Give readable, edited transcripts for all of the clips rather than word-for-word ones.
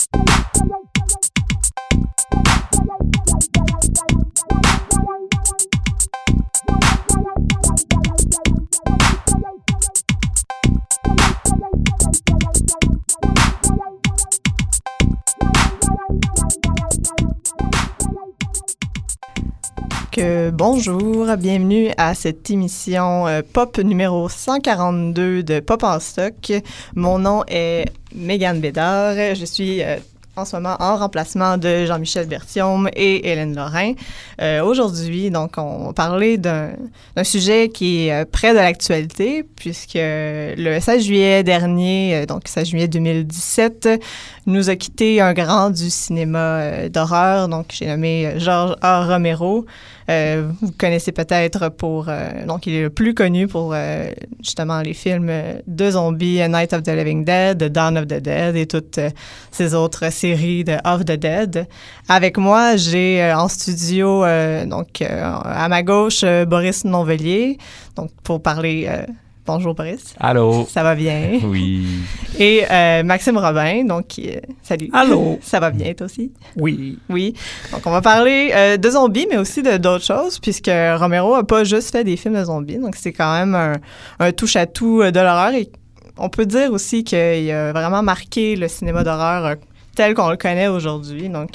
Bonjour, bienvenue à cette émission pop numéro 142 de Pop en stock. Mon nom est Mégane Bédard. Je suis en ce moment en remplacement de Jean-Michel Berthiaume et Hélène Lorrain. Aujourd'hui, donc, on va parler d'un sujet qui est près de l'actualité, puisque le 16 juillet dernier, donc 16 juillet 2017, nous a quitté un grand du cinéma d'horreur, donc j'ai nommé George A. Romero. Vous connaissez peut-être donc il est le plus connu pour justement les films de zombies, Night of the Living Dead, Dawn of the Dead et toutes ces autres séries de Of the Dead. Avec moi, j'ai en studio, à ma gauche, Boris Nonvelier, donc pour parler... Bonjour Boris. Allô. Ça va bien? Oui. Et Maxime Robin, donc salut. Allô. Ça va bien toi aussi? Oui. Oui. Donc on va parler de zombies, mais aussi d'autres choses, puisque Romero n'a pas juste fait des films de zombies, donc c'est quand même un touche-à-tout de l'horreur. Et on peut dire aussi qu'il a vraiment marqué le cinéma d'horreur tel qu'on le connaît aujourd'hui. Donc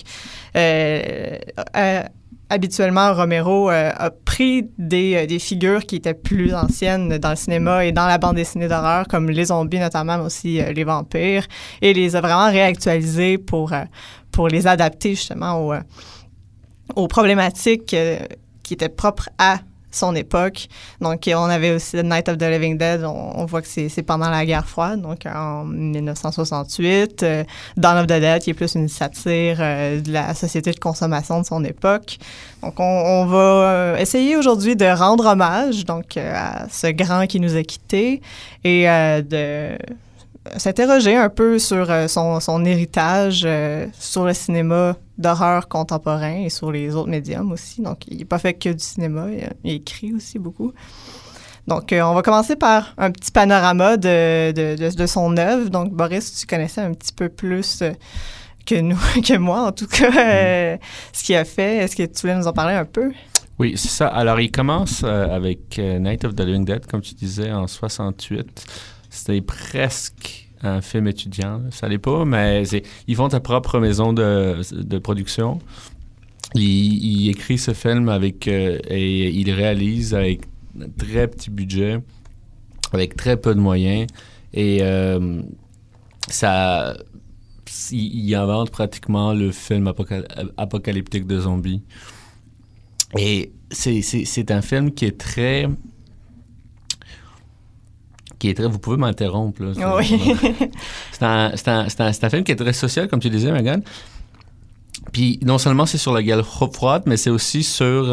habituellement, Romero a pris des figures qui étaient plus anciennes dans le cinéma et dans la bande dessinée d'horreur, comme les zombies notamment, mais aussi les vampires, et les a vraiment réactualisés pour les adapter justement aux problématiques qui étaient propres à son époque. Donc, on avait aussi The Night of the Living Dead, on voit que c'est pendant la guerre froide, donc en 1968. Dawn of the Dead, qui est plus une satire de la société de consommation de son époque. Donc, on va essayer aujourd'hui de rendre hommage donc à ce grand qui nous a quittés et de s'interroger un peu sur son héritage sur le cinéma d'horreur contemporain et sur les autres médiums aussi. Donc, il n'est pas fait que du cinéma, il écrit aussi beaucoup. Donc, on va commencer par un petit panorama de son œuvre. Donc, Boris, tu connaissais un petit peu plus que moi, en tout cas, ce qu'il a fait. Est-ce que tu voulais nous en parler un peu? Oui, c'est ça. Alors, il commence avec Night of the Living Dead, comme tu disais, en 68. C'était presque un film étudiant. Ça l'est pas, mais ils font ta propre maison de production. Il écrit ce film et il réalise avec un très petit budget, avec très peu de moyens. Et il invente pratiquement le film apocalyptique de zombies. Et c'est un film qui est très... Vous pouvez m'interrompre, là. Oui. C'est un film qui est très social, comme tu disais, Mégane. Puis, non seulement c'est sur la guerre froide, mais c'est aussi sur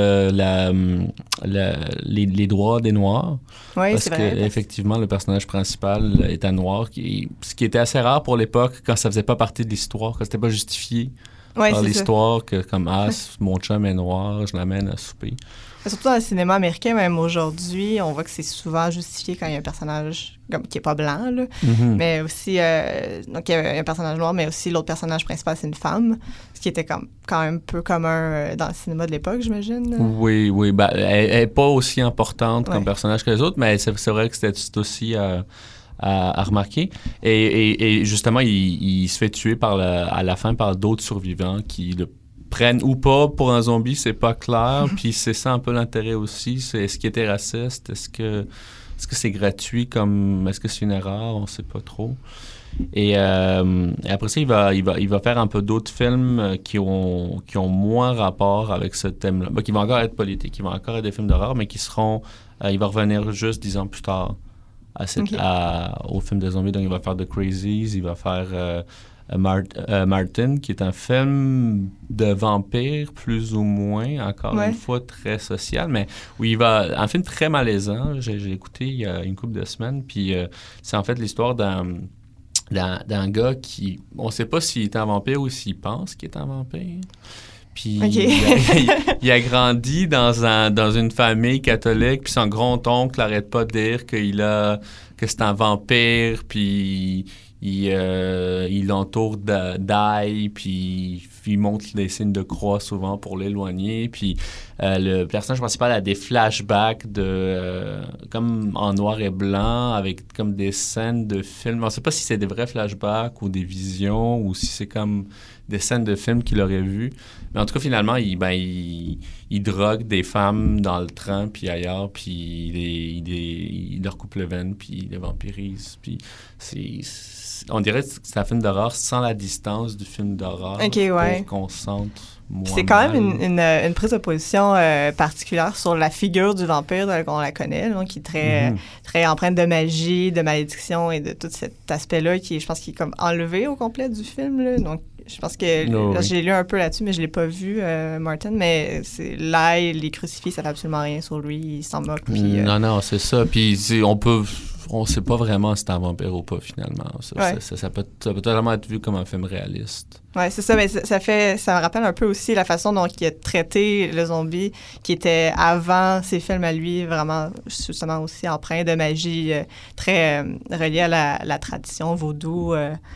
les droits des Noirs. Oui, parce c'est que, vrai. effectivement, le personnage principal est un Noir, ce qui était assez rare pour l'époque, quand ça faisait pas partie de l'histoire, quand c'était pas justifié par l'histoire, que comme, mon chum est noir, je l'amène à souper. Surtout dans le cinéma américain, même aujourd'hui, on voit que c'est souvent justifié quand il y a un personnage qui n'est pas blanc, là. Mm-hmm. Mais aussi, donc il y a un personnage noir, mais aussi l'autre personnage principal, c'est une femme, ce qui était quand même peu commun dans le cinéma de l'époque, j'imagine. Oui. Ben, elle n'est pas aussi importante comme personnage que les autres, mais c'est vrai que c'est aussi à remarquer. Et justement, il se fait tuer à la fin par d'autres survivants qui le prennent ou pas pour un zombie, c'est pas clair. Puis c'est ça un peu l'intérêt aussi. Est-ce qu'il était raciste? Est-ce que c'est gratuit? Est-ce que c'est une erreur? On sait pas trop. Et après ça, il va faire un peu d'autres films qui ont moins rapport avec ce thème-là. Qui vont encore être politiques, qui vont encore être des films d'horreur, mais qui seront... il va revenir juste 10 ans plus tard au film de zombies. Donc, il va faire The Crazies, il va faire... Martin, qui est un film de vampire, plus ou moins, encore une fois, très social, mais où un film très malaisant. J'ai écouté il y a une couple de semaines, puis c'est en fait l'histoire d'un gars qui... On ne sait pas s'il est un vampire ou s'il pense qu'il est un vampire. Puis il a grandi dans une famille catholique, puis son grand-oncle n'arrête pas de dire que c'est un vampire, puis il l'entoure d'ail, puis il montre des signes de croix souvent pour l'éloigner. Puis le personnage principal a des flashbacks comme en noir et blanc, avec comme des scènes de films. On ne sait pas si c'est des vrais flashbacks ou des visions, ou si c'est comme des scènes de films qu'il aurait vues. Mais en tout cas, finalement, il drogue des femmes dans le train, puis ailleurs, puis il leur coupe le veine, puis il les vampirise. Puis on dirait que c'est un film d'horreur sans la distance du film d'horreur, pour qu'on se sente moins c'est quand mal. même une prise de position particulière sur la figure du vampire qu'on la connaît, là, qui est très, très empreinte de magie, de malédiction et de tout cet aspect-là qui, je pense, qui est comme enlevé au complet du film. Là. Donc, je pense que j'ai lu un peu là-dessus, mais je l'ai pas vu, Martin. Mais l'ail, les crucifix, ça fait absolument rien sur lui. Il s'en moque. Puis, Non, c'est ça. Puis on sait pas vraiment si c'est un vampire ou pas, finalement. Ça peut totalement être vu comme un film réaliste. Oui, c'est ça. Mais ça me rappelle un peu aussi la façon dont il a traité le zombie, qui était avant ses films à lui, vraiment, justement aussi empreint de magie, très relié à la tradition vaudou.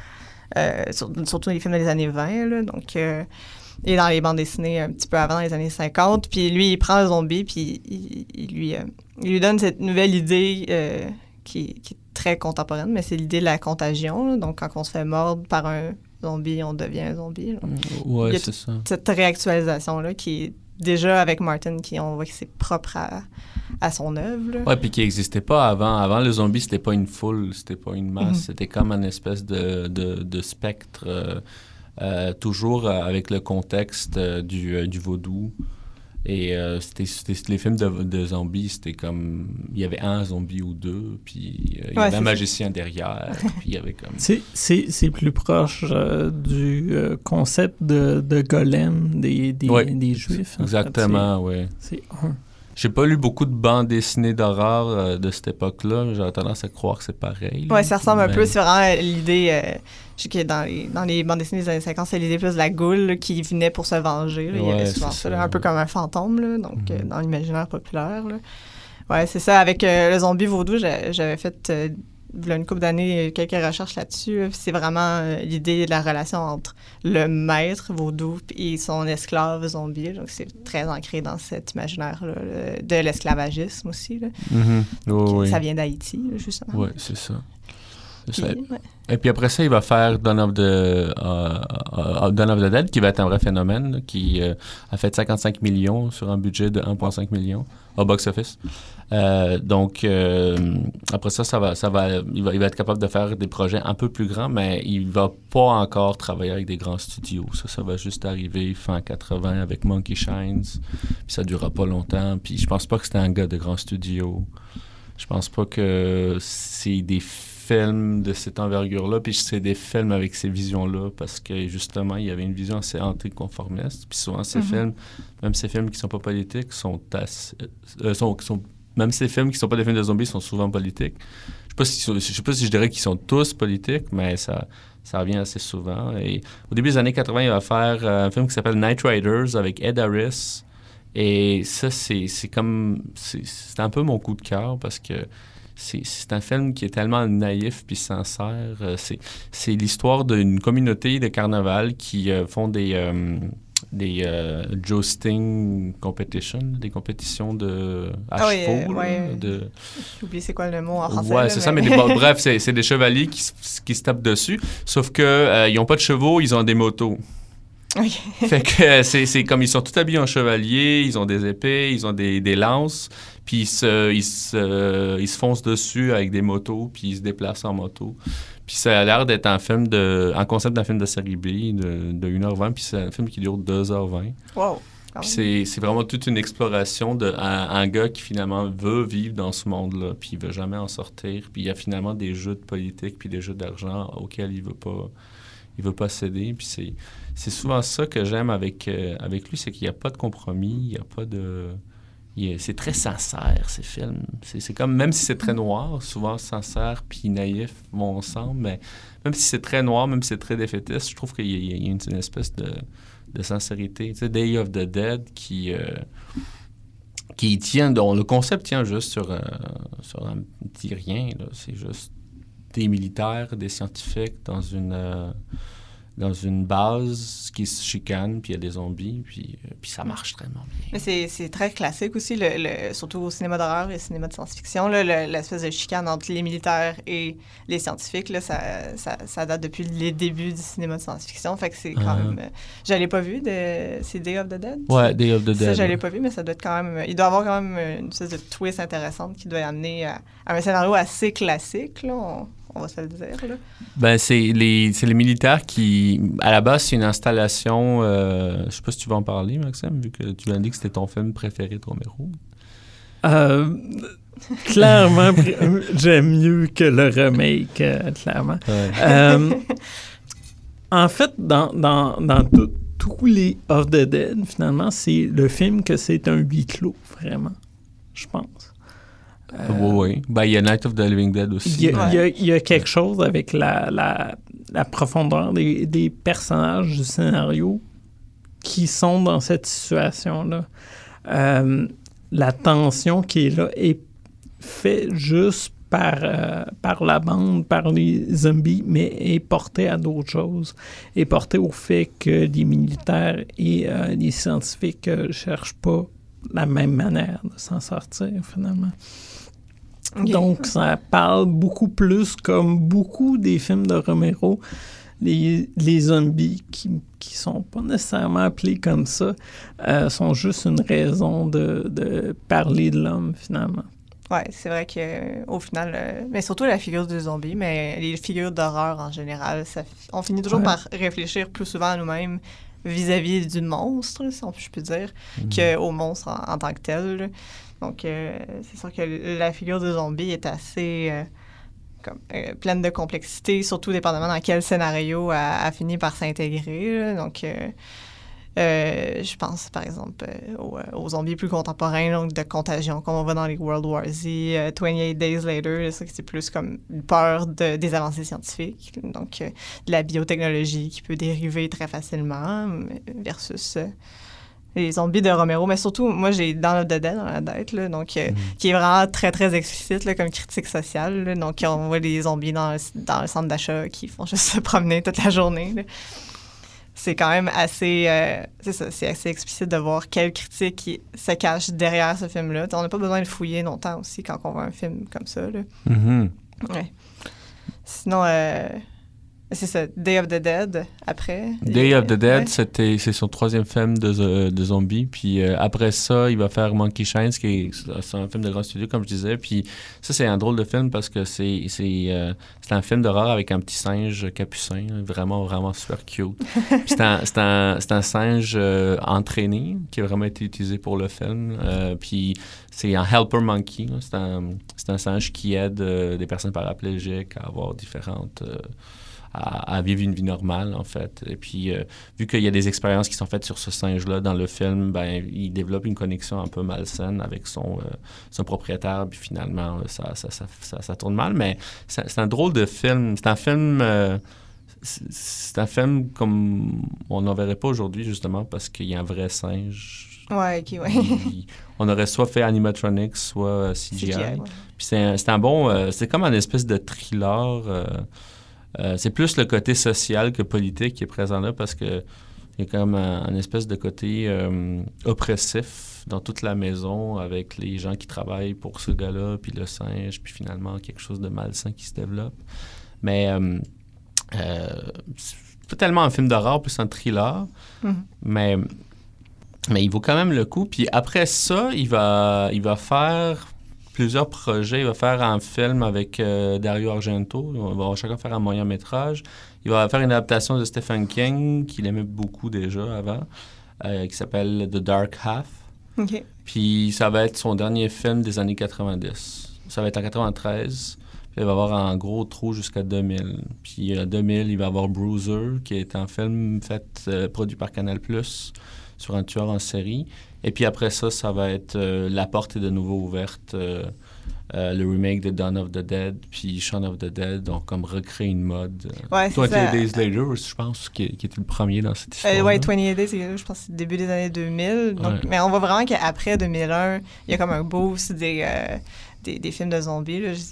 Surtout les films des années 20, là, donc, et dans les bandes dessinées un petit peu avant, dans les années 50. Puis lui, il prend le zombie, puis il lui donne cette nouvelle idée qui est très contemporaine, mais c'est l'idée de la contagion. Là. Donc, quand on se fait mordre par un zombie, on devient un zombie. Oui, c'est ça. Cette réactualisation-là qui est déjà avec Martin, on voit que c'est propre à son œuvre. Oui, puis qui n'existait pas avant. Avant, le zombie, c'était pas une foule, c'était pas une masse. C'était comme une espèce de spectre, toujours avec le contexte du vaudou. Et c'était les films de zombies, c'était comme... Il y avait un zombie ou deux, puis il y avait un magicien derrière, puis il y avait comme... C'est plus proche du concept de golem des Juifs. Exactement, oui. C'est J'ai pas lu beaucoup de bandes dessinées d'horreur de cette époque-là. J'aurais tendance à croire que c'est pareil. Oui, ça ressemble un peu. C'est vraiment l'idée... je sais que dans les bandes dessinées des années 50, c'est l'idée plus de la goule là, qui venait pour se venger. Là. Il y avait souvent ça, là, un peu comme un fantôme, là, donc dans l'imaginaire populaire. Oui, c'est ça. Avec le zombie vaudou, j'avais fait... il y a une couple d'années, quelques recherches là-dessus. Là, c'est vraiment l'idée de la relation entre le maître vaudou et son esclave zombie. Donc, c'est très ancré dans cet imaginaire-là, de l'esclavagisme aussi. Là. Ça vient d'Haïti, là, justement. Oui, c'est ça. Et puis après ça, il va faire Dawn of the Dead, qui va être un vrai phénomène, là, qui a fait 55 millions sur un budget de 1,5 million au box-office. Donc, après ça, il va être capable de faire des projets un peu plus grands, mais il va pas encore travailler avec des grands studios. Ça va juste arriver fin 80 avec Monkey Shines, puis ça durera pas longtemps. Puis je pense pas que c'était un gars de grands studios. Je pense pas que c'est des films de cette envergure-là, puis c'est des films avec ces visions-là, parce que justement, il y avait une vision assez anticonformiste. Puis souvent, ces films, même ces films qui sont pas politiques, même ces films qui sont pas des films de zombies sont souvent politiques. Je sais pas si je dirais qu'ils sont tous politiques, mais ça revient assez souvent. Et au début des années 80, il va faire un film qui s'appelle Night Riders avec Ed Harris. Et ça, c'est un peu mon coup de cœur, parce que c'est un film qui est tellement naïf puis sincère. C'est l'histoire d'une communauté de carnaval qui font des jousting competitions, des compétitions à chevaux. J'ai oublié c'est quoi le mot en français. Ouais, c'est ça, mais bref, c'est des chevaliers qui se tapent dessus, sauf que ils n'ont pas de chevaux, ils ont des motos. Okay. Fait que c'est comme ils sont tout habillés en chevalier, ils ont des épées, ils ont des lances, puis ils se foncent dessus avec des motos, puis ils se déplacent en moto. Puis ça a l'air d'être un concept d'un film de série B de 1h20, puis c'est un film qui dure 2h20. Wow! Puis c'est vraiment toute une exploration d'un gars qui finalement veut vivre dans ce monde-là, puis il veut jamais en sortir, puis il y a finalement des jeux de politique, puis des jeux d'argent auxquels il veut pas céder, puis c'est souvent ça que j'aime avec lui, c'est qu'il n'y a pas de compromis, il n'y a pas de... c'est très sincère, ces films. C'est comme, même si c'est très noir, souvent sincère puis naïf vont ensemble, mais même si c'est très noir, même si c'est très défaitiste, je trouve qu'il y a une espèce de sincérité. Tu sais, Day of the Dead qui tient, dont le concept tient juste sur un petit rien, là. C'est juste des militaires, des scientifiques dans une base qui se chicane, puis il y a des zombies, puis ça marche vraiment bien. Mais c'est très classique aussi, surtout au cinéma d'horreur et au cinéma de science-fiction, l'espèce de chicane entre les militaires et les scientifiques, là, ça date depuis les débuts du cinéma de science-fiction, fait que c'est quand même... je l'ai pas vu, c'est Day of the Dead? Ouais, Day of the Dead. Ça, je l'ai pas vu, mais ça doit être quand même... Il doit y avoir quand même une espèce de twist intéressante qui doit amener à un scénario assez classique, là, on va se le dire, là. Ben, c'est les militaires qui... À la base, c'est une installation... je sais pas si tu vas en parler, Maxime, vu que tu m'as dit que c'était ton film préféré de Romero. Clairement, j'aime mieux que le remake, clairement. Ouais. En fait, dans tous les Of the Dead, finalement, c'est le film que c'est un huis clos, vraiment, je pense. Oui. Ben, il y a Night of the Living Dead aussi. Il y a quelque chose avec la profondeur des personnages du scénario qui sont dans cette situation-là. La tension qui est là est faite juste par la bande, par les zombies, mais est portée à d'autres choses. Est portée au fait que les militaires et les scientifiques ne cherchent pas la même manière de s'en sortir, finalement. Okay. Donc, ça parle beaucoup plus, comme beaucoup des films de Romero, les zombies qui sont pas nécessairement appelés comme ça, sont juste une raison de parler de l'homme, finalement. Oui, c'est vrai qu'au final, mais surtout la figure du zombie, mais les figures d'horreur en général, on finit toujours par réfléchir plus souvent à nous-mêmes vis-à-vis du monstre, si je peux dire, qu'au monstre en tant que tel, là. Donc, c'est sûr que la figure du zombie est assez pleine de complexité, surtout dépendamment dans quel scénario elle finit par s'intégrer, là. Donc, je pense, par exemple, aux zombies plus contemporains, donc de Contagion, comme on voit dans les World War Z, 28 Days Later, là, ça, c'est plus comme une peur des avancées scientifiques, donc de la biotechnologie qui peut dériver très facilement, versus... les zombies de Romero, mais surtout, moi, j'ai Dawn of the Dead dans la tête, là, donc, qui est vraiment très, très explicite là, comme critique sociale. Là, donc, on voit les zombies dans le centre d'achat qui font juste se promener toute la journée. Là. C'est quand même assez... c'est assez explicite de voir quelle critique qui se cache derrière ce film-là. On n'a pas besoin de fouiller longtemps aussi quand on voit un film comme ça. Là. Mm-hmm. Ouais. Sinon... c'est ça, Day of the Dead, après. Day of the Dead, c'est son troisième film de zombies. Puis après ça, il va faire Monkey Shines, c'est un film de grand studio, comme je disais. Puis ça, c'est un drôle de film parce que c'est un film d'horreur avec un petit singe capucin, vraiment, vraiment super cute. Puis c'est un singe entraîné qui a vraiment été utilisé pour le film. Puis c'est un helper monkey. C'est un singe qui aide des personnes paraplégiques à avoir différentes... à vivre une vie normale, en fait. Et puis, vu qu'il y a des expériences qui sont faites sur ce singe-là dans le film, ben, il développe une connexion un peu malsaine avec son propriétaire, puis finalement, ça tourne mal. Mais c'est un drôle de film. C'est un film comme on n'en verrait pas aujourd'hui, justement, parce qu'il y a un vrai singe. Ouais, OK, ouais. On aurait soit fait animatronics, soit CGI. Ouais. Puis c'est un bon... c'est comme un espèce de thriller... c'est plus le côté social que politique qui est présent là parce qu'il y a comme un espèce de côté oppressif dans toute la maison avec les gens qui travaillent pour ce gars-là, puis le singe, puis finalement quelque chose de malsain qui se développe. Mais c'est pas tellement un film d'horreur, plus un thriller, mais il vaut quand même le coup. Puis après ça, il va faire... plusieurs projets. Il va faire un film avec Dario Argento. Il va chacun faire un moyen-métrage. Il va faire une adaptation de Stephen King, qu'il aimait beaucoup déjà avant, qui s'appelle The Dark Half. Okay. Puis ça va être son dernier film des années 90. Ça va être en 93. Puis il va avoir un gros trou jusqu'à 2000. Puis en 2000, il va avoir Bruiser, qui est un film produit par Canal+, sur un tueur en série. Et puis après ça, ça va être La porte est de nouveau ouverte, le remake de Dawn of the Dead, puis Shaun of the Dead, donc comme recréer une mode. Ouais, c'est 28 Days Later, je pense, qui était le premier dans cette histoire. Ouais, 28 Days, je pense que c'est le début des années 2000. Donc, ouais. Mais on voit vraiment qu'après 2001, il y a comme un boost des films de zombies. Là, je sais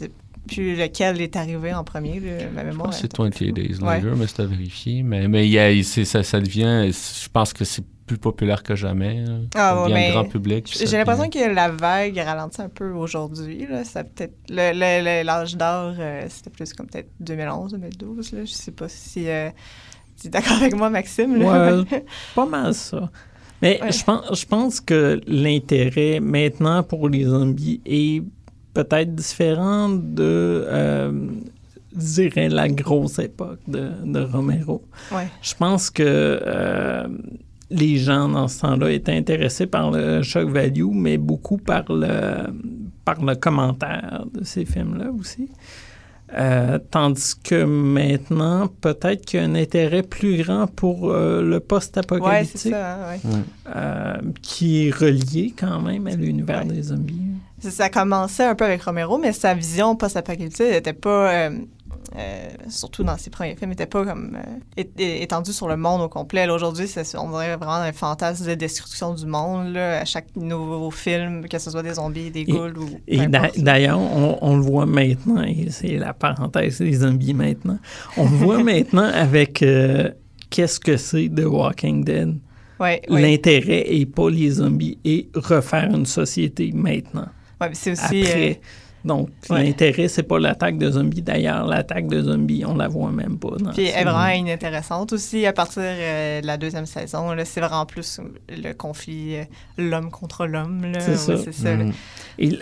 plus lequel est arrivé en premier, ma mémoire. Je pense que c'est 28 Days Later, mais c'est à vérifier. Mais ça devient... Je pense que c'est plus populaire que jamais. Ça devient grand public. J'ai l'impression que la vague ralentit un peu aujourd'hui. Là. Ça peut-être l'âge d'or, c'était plus comme peut-être 2011, 2012. Là. Je sais pas si tu es d'accord avec moi, Maxime. Là. Ouais, pas mal ça. Mais je pense que l'intérêt maintenant pour les zombies est peut-être différent de, je dirais, la grosse époque de Romero. Ouais. Je pense que les gens dans ce temps-là étaient intéressés par le shock value, mais beaucoup par le commentaire de ces films-là aussi. Tandis que maintenant, peut-être qu'il y a un intérêt plus grand pour le post-apocalyptique. Ouais, c'est ça, qui est relié quand même à l'univers des zombies. Ça commençait un peu avec Romero, mais sa vision post-apocalyptique n'était pas, surtout dans ses premiers films, n'était pas comme étendue sur le monde au complet. Là, aujourd'hui, on dirait vraiment un fantasme de destruction du monde. Là, à chaque nouveau film, que ce soit des zombies, des ghouls ou... Et d'ailleurs, on le voit maintenant, et c'est la parenthèse des zombies maintenant, on le voit maintenant avec qu'est-ce que c'est The Walking Dead. Ouais, L'intérêt n'est pas les zombies et refaire une société maintenant. Ouais, mais c'est aussi... Après, donc, l'intérêt, c'est pas l'attaque de zombies. D'ailleurs, l'attaque de zombies, on la voit même pas. Puis elle est vraiment inintéressante aussi à partir de la deuxième saison. Là, c'est vraiment plus le conflit l'homme contre l'homme. Là. C'est ça. C'est ça. Il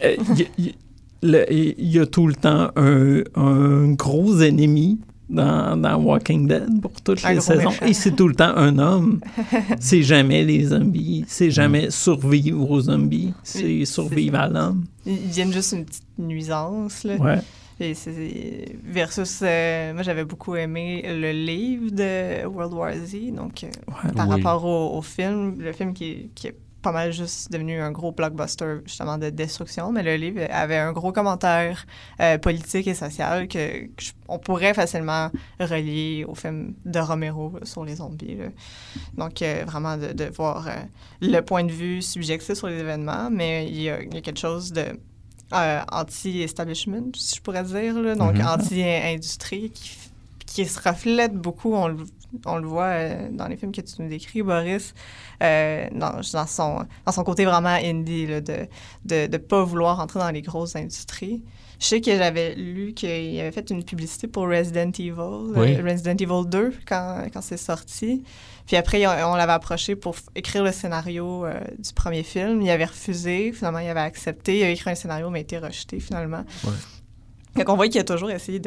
y a tout le temps un gros ennemi dans Walking Dead pour toutes les saisons. Méchant. Et c'est tout le temps un homme. C'est jamais les zombies. C'est jamais survivre aux zombies. C'est survivre à l'homme. Ils viennent juste une petite nuisance. Là. Ouais. Et c'est versus... moi, j'avais beaucoup aimé le livre de World War Z. Donc, par rapport au film, le film qui est pas mal juste devenu un gros blockbuster, justement, de destruction. Mais le livre avait un gros commentaire politique et social on pourrait facilement relier au film de Romero sur les zombies. Là. Donc, vraiment, de voir le point de vue subjectif sur les événements, mais il y a quelque chose de anti-establishment, si je pourrais dire, là. Donc anti-industrie qui se reflète beaucoup, on le voit dans les films que tu nous décris, Boris, dans son côté vraiment indie, là, de ne pas vouloir entrer dans les grosses industries. Je sais que j'avais lu qu'il avait fait une publicité pour Resident Evil, Resident Evil 2, quand c'est sorti. Puis après, on l'avait approché pour écrire le scénario du premier film. Il avait refusé, finalement, il avait accepté. Il avait écrit un scénario, mais a été rejeté, finalement. Ouais. Donc, on voit qu'il a toujours essayé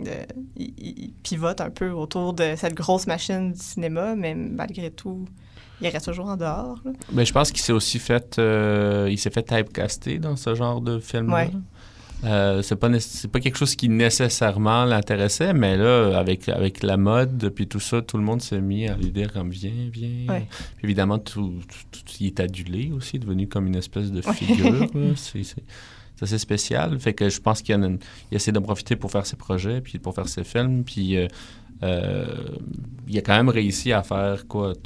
il pivote un peu autour de cette grosse machine du cinéma, mais malgré tout, il reste toujours en dehors. Là. Mais je pense qu'il s'est aussi fait... il s'est fait typecaster dans ce genre de film-là. Ouais. C'est pas quelque chose qui nécessairement l'intéressait, mais là, avec la mode, puis tout ça, tout le monde s'est mis à lui dire comme « viens ». Ouais. Puis évidemment, il est adulé aussi, devenu comme une espèce de figure. Là. C'est assez spécial. Fait que je pense qu'il essaie d'en profiter pour faire ses projets, puis pour faire ses films. Puis il a quand même réussi à faire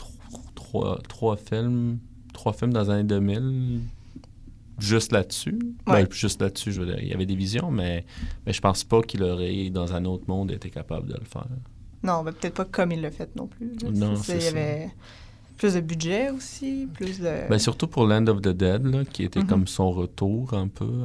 trois films dans les années 2000, juste là-dessus. Ouais. Ben, juste là-dessus, je veux dire, il y avait des visions, mais je pense pas qu'il aurait, dans un autre monde, été capable de le faire. Non, ben, peut-être pas comme il l'a fait non plus. Là. Non, il y avait plus de budget aussi, plus de... Ben, surtout pour Land of the Dead, là, qui était comme son retour un peu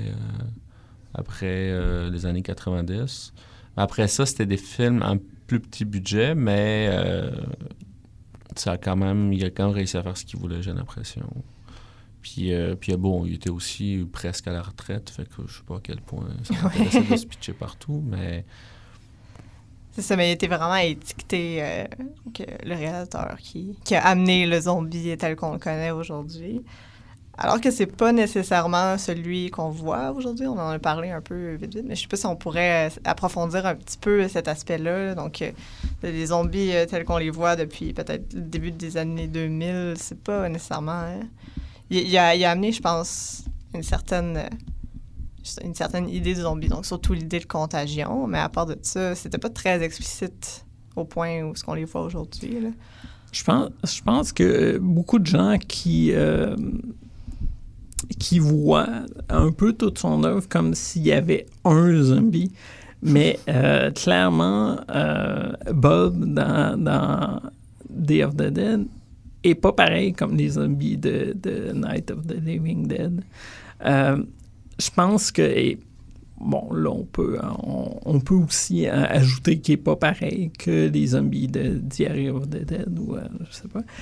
après les années 90. Après ça, c'était des films à plus petit budget, mais il a quand même réussi à faire ce qu'il voulait, j'ai l'impression. Puis bon, il était aussi presque à la retraite, fait que je sais pas à quel point ça m'intéressait de se pitcher partout, mais... C'est ça, mais il était vraiment étiqueté que le réalisateur qui a amené le zombie tel qu'on le connaît aujourd'hui. Alors que c'est pas nécessairement celui qu'on voit aujourd'hui. On en a parlé un peu vite, mais je sais pas si on pourrait approfondir un petit peu cet aspect-là. Donc, les zombies tels qu'on les voit depuis peut-être le début des années 2000, c'est pas nécessairement... Hein. Il a amené, je pense, une certaine idée du zombie, donc surtout l'idée de contagion, mais à part de ça, c'était pas très explicite au point où ce qu'on les voit aujourd'hui. Là. Je pense que beaucoup de gens qui qui voit un peu toute son œuvre comme s'il y avait un zombie. Mais clairement, Bob, dans Day of the Dead, est pas pareil comme les zombies de Night of the Living Dead. Je pense que... Bon, là, on peut aussi ajouter qu'il n'est pas pareil que les zombies de Diary of the Dead ou je sais pas.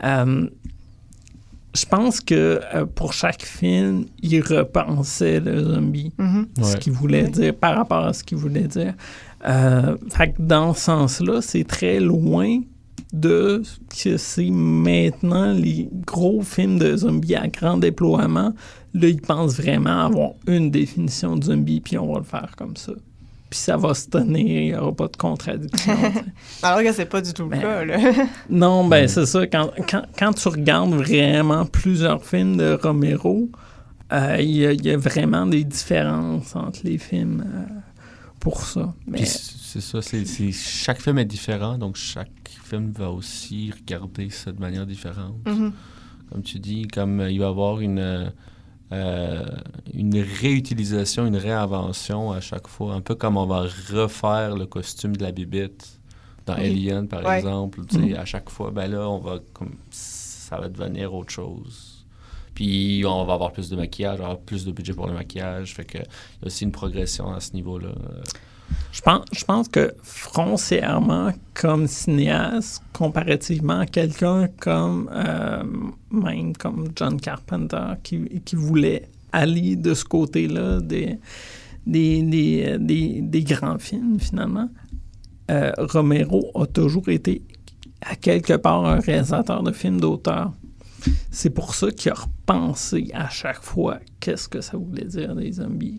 Je pense que pour chaque film, il repensait le zombie, ce qu'il voulait dire par rapport à ce qu'il voulait dire. Fait que dans ce sens-là, c'est très loin de que c'est maintenant les gros films de zombies à grand déploiement. Là, ils pensent vraiment avoir une définition de zombie, puis on va le faire comme ça. Puis ça va se tenir, il n'y aura pas de contradiction. Alors que c'est pas du tout le cas, là. Non, ben c'est ça. Quand tu regardes vraiment plusieurs films de Romero, il y a vraiment des différences entre les films pour ça. Mais... c'est ça, chaque film est différent, donc chaque film va aussi regarder ça de manière différente. Comme tu dis, comme il va y avoir une réutilisation, une réinvention à chaque fois, un peu comme on va refaire le costume de la bibite dans Alien, par exemple. À chaque fois, ben là, ça va devenir autre chose. Puis on va avoir plus de maquillage, avoir plus de budget pour le maquillage. Fait que il y a aussi une progression à ce niveau-là. Je pense que foncièrement, comme cinéaste, comparativement à quelqu'un comme même comme John Carpenter, qui voulait aller de ce côté-là des grands films, finalement, Romero a toujours été, à quelque part, un réalisateur de films d'auteur. C'est pour ça qu'il a repensé à chaque fois qu'est-ce que ça voulait dire des zombies,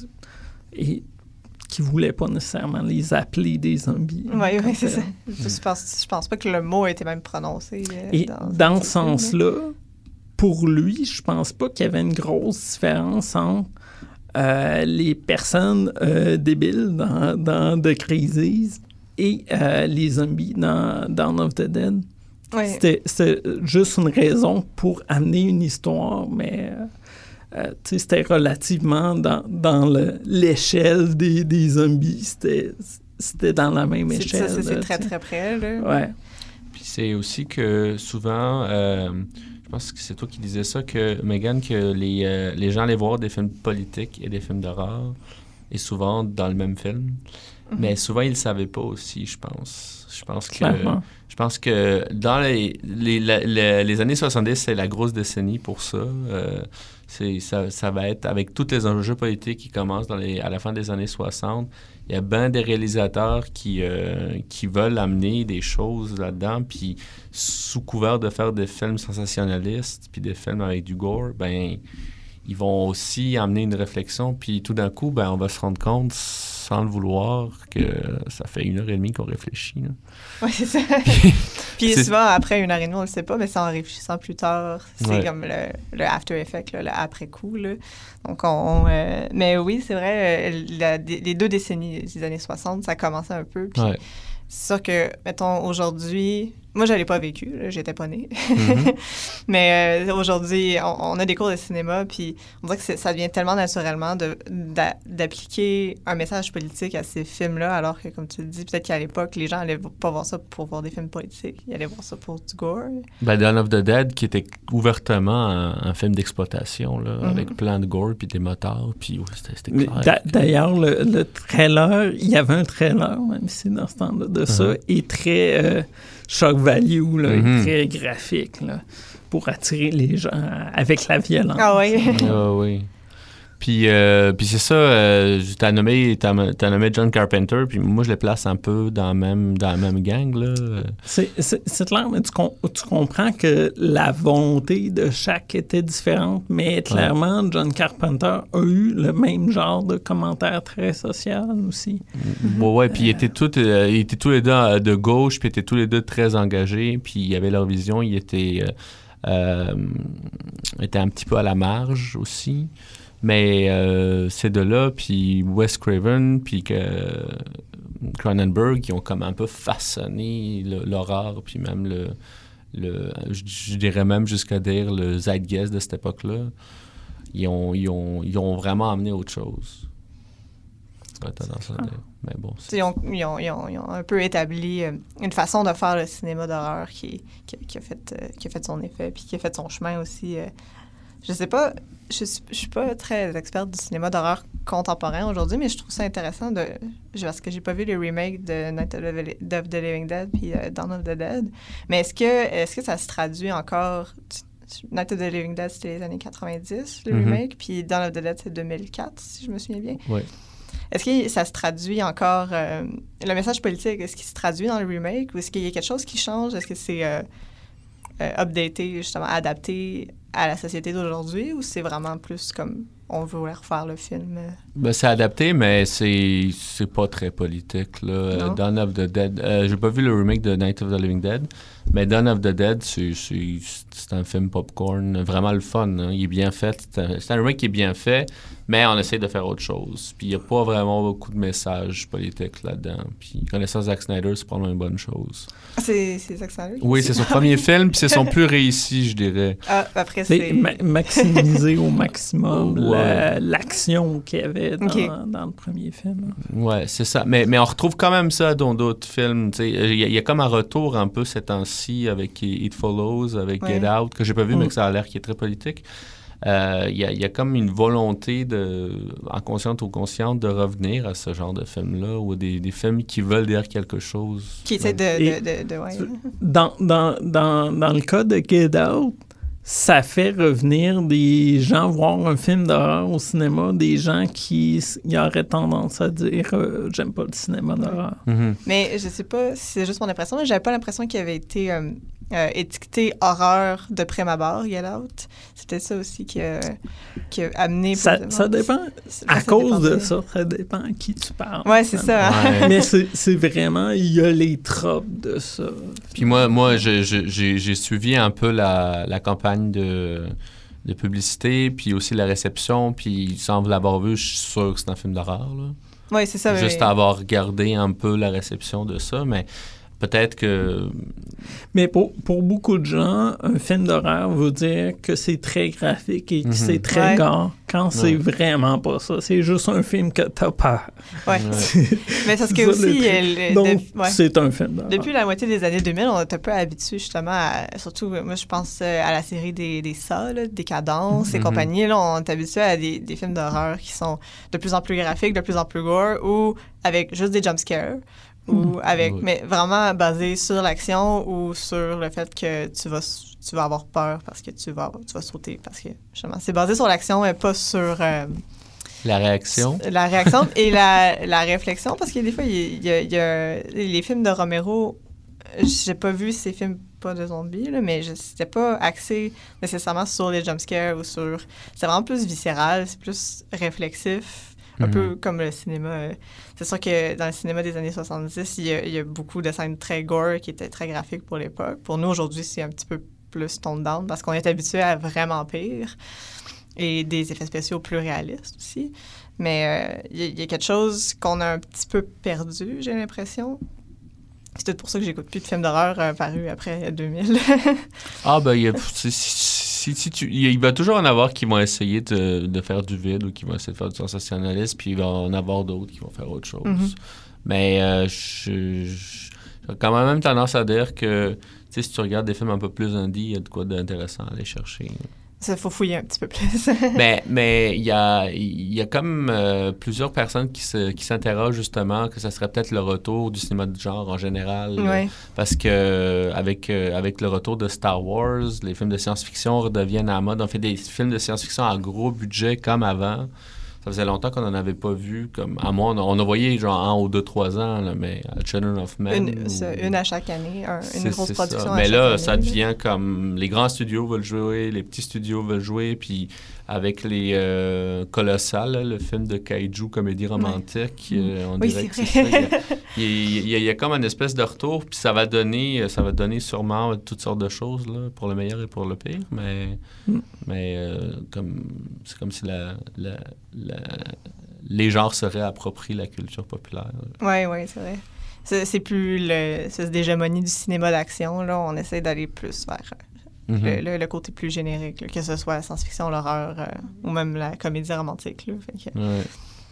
et qui ne voulait pas nécessairement les appeler des zombies. Oui, c'est ça. Je pense pas que le mot a été même prononcé. Et dans ce sens-là, pour lui, je pense pas qu'il y avait une grosse différence entre les personnes débiles dans The Crazies et les zombies dans Dawn of the Dead. Oui. C'était juste une raison pour amener une histoire, mais... c'était relativement dans l'échelle des zombies. C'était dans la même échelle. C'est très, très près. Là. Ouais. Puis c'est aussi que souvent, je pense que c'est toi qui disais ça, que Megan, que les gens allaient voir des films politiques et des films d'horreur, et souvent dans le même film. Mais souvent, ils ne le savaient pas aussi, je pense. Je pense que dans les années 70, c'est la grosse décennie pour ça. Ça va être avec tous les enjeux politiques qui commencent à la fin des années 60. Il y a bien des réalisateurs qui veulent amener des choses là-dedans, puis sous couvert de faire des films sensationnalistes, puis des films avec du gore, ben ils vont aussi amener une réflexion, puis tout d'un coup, ben on va se rendre compte, sans le vouloir, que ça fait 1h30 qu'on réfléchit. Oui, c'est ça. Puis souvent, après 1h30, on ne le sait pas, mais c'est en réfléchissant plus tard. C'est comme le after effect, là, le après-coup. Là. Donc, mais oui, c'est vrai, les 2 décennies des années 60, ça commençait un peu. Puis c'est sûr que, mettons, aujourd'hui... Moi, je n'avais pas vécu, là, j'étais pas née. Mais aujourd'hui, on a des cours de cinéma, puis on dirait que ça devient tellement naturellement d'appliquer un message politique à ces films-là, alors que, comme tu le dis, peut-être qu'à l'époque, les gens n'allaient pas voir ça pour voir des films politiques. Ils allaient voir ça pour du gore. Ben, Dawn of the Dead, qui était ouvertement un film d'exploitation, là, avec plein de gore, puis des motards, puis c'était clair. D'ailleurs, le trailer, il y avait un trailer, même si dans ce temps-là, de ça, est très... shock value, là, très graphique, là, pour attirer les gens avec la violence. Ah oui. Ah oui. Puis c'est ça, t'as nommé John Carpenter, puis moi, je le place un peu dans la même gang, là. C'est clair, mais tu comprends que la volonté de chaque était différente, mais clairement, John Carpenter a eu le même genre de commentaire très social aussi. Ouais, puis ils étaient tous les deux de gauche, puis ils étaient tous les deux très engagés, puis ils avaient leur vision, ils étaient un petit peu à la marge aussi. Mais ces deux-là, puis Wes Craven, puis Cronenberg, qui ont comme un peu façonné l'horreur, puis même je dirais même jusqu'à dire le zeitgeist de cette époque-là. ils ont vraiment amené autre chose. Ouais, tendance à dire. Mais bon, ils ont un peu établi une façon de faire le cinéma d'horreur qui a fait son effet, puis qui a fait son chemin aussi. Je sais pas, je suis pas très experte du cinéma d'horreur contemporain aujourd'hui, mais je trouve ça intéressant parce que j'ai pas vu les remakes de Night of the Living Dead puis Dawn of the Dead. Mais est-ce que ça se traduit encore? Night of the Living Dead, c'était les années 90, le remake, puis Dawn of the Dead, c'est 2004, si je me souviens bien. Oui. Est-ce que ça se traduit encore... le message politique, est-ce qu'il se traduit dans le remake ou est-ce qu'il y a quelque chose qui change? Est-ce que c'est updaté, justement, adapté à la société d'aujourd'hui ou c'est vraiment plus comme on voulait refaire le film? Ben, c'est adapté, mais c'est pas très politique, là. Dawn of the Dead... j'ai pas vu le remake de Night of the Living Dead, mais Dawn of the Dead, c'est un film popcorn, vraiment le fun. Hein. Il est bien fait. C'est un remake qui est bien fait, mais on essaie de faire autre chose. Puis il n'y a pas vraiment beaucoup de messages politiques là-dedans. Puis connaissant Zack Snyder, c'est probablement une bonne chose. C'est Zack Snyder? Oui, c'est son premier film, puis c'est son plus réussi, je dirais. Après, c'est... maximiser au maximum l'action qu'il y avait dans le premier film. Ouais, c'est ça. Mais on retrouve quand même ça dans d'autres films. Il y a comme un retour un peu ces temps-ci avec It Follows, avec Get Out, que j'ai pas vu, mais que ça a l'air qui est très politique. Il y a comme une volonté, inconsciente ou consciente, de revenir à ce genre de films-là, ou des films qui veulent dire quelque chose. Qui essaient Dans le cas de Get Out, ça fait revenir des gens voir un film d'horreur au cinéma, des gens qui auraient tendance à dire « j'aime pas le cinéma d'horreur ». Mais je sais pas si c'est juste mon impression, mais j'avais pas l'impression qu'il avait été étiqueté horreur de prime abord, Get Out. C'était ça aussi qui a amené... Ça dépend. À cause de ça dépend à qui tu parles. Ouais, c'est ça. Ouais. Mais c'est vraiment, il y a les tropes de ça. Puis moi j'ai suivi un peu la campagne de publicité, puis aussi la réception, puis sans l'avoir vu, je suis sûr que c'est un film d'horreur, là. Oui, c'est ça. Juste avoir regardé un peu la réception de ça, mais peut-être que... Mais pour beaucoup de gens, un film d'horreur veut dire que c'est très graphique et que c'est très gore, quand c'est vraiment pas ça. C'est juste un film que t'as peur. Ouais. Mais parce que aussi... Donc, c'est un film d'horreur. Depuis la moitié des années 2000, on est un peu habitué justement à... Surtout, moi, je pense à la série des Saw, là, Décadence et compagnie. Là, on est habitué à des films d'horreur qui sont de plus en plus graphiques, de plus en plus gore, ou avec juste des jumpscares. Ou avec, mais vraiment basé sur l'action ou sur le fait que tu vas avoir peur parce que tu vas sauter. Parce que, justement, c'est basé sur l'action et pas sur... la réaction. La réaction et la réflexion, parce que des fois, il y a les films de Romero, j'ai pas vu ces films, pas de zombies, là, mais c'était pas axé nécessairement sur les jumpscares ou sur... C'est vraiment plus viscéral, c'est plus réflexif. Un peu comme le cinéma. C'est sûr que dans le cinéma des années 70, il y a beaucoup de scènes très gore qui étaient très graphiques pour l'époque. Pour nous, aujourd'hui, c'est un petit peu plus toned down parce qu'on est habitué à vraiment pire et des effets spéciaux plus réalistes aussi. Mais il y a quelque chose qu'on a un petit peu perdu, j'ai l'impression. C'est tout pour ça que j'écoute plus de films d'horreur parus après 2000. Il va toujours en avoir qui vont essayer de faire du vide ou qui vont essayer de faire du sensationnalisme, puis il va en avoir d'autres qui vont faire autre chose. Mais j'ai quand même tendance à dire que si tu regardes des films un peu plus indie, il y a de quoi d'intéressant à aller chercher. Ça, faut fouiller un petit peu plus. mais il y a comme plusieurs personnes qui s'interrogent justement que ça serait peut-être le retour du cinéma de genre en général. Parce que avec le retour de Star Wars, les films de science-fiction redeviennent à la mode. On fait des films de science-fiction à gros budget comme avant. Ça faisait longtemps qu'on n'en avait pas vu. Comme, à moi, on a voyé genre 1 ou 2, 3 ans, là, mais Children of Men. Une à chaque année, une grosse production. Ça. Mais là, ça devient comme les grands studios veulent jouer, les petits studios veulent jouer, puis avec les Colossal, là, le film de kaiju comédie romantique, on dirait que c'est ça. Il y a comme une espèce de retour, puis ça va donner sûrement toutes sortes de choses là, pour le meilleur et pour le pire, mais c'est comme si les genres se réapproprient la culture populaire. Oui, c'est vrai. C'est plus cette hégémonie du cinéma d'action. Là, on essaie d'aller plus vers le côté plus générique, là, que ce soit la science-fiction, l'horreur ou même la comédie romantique. Là, fait que,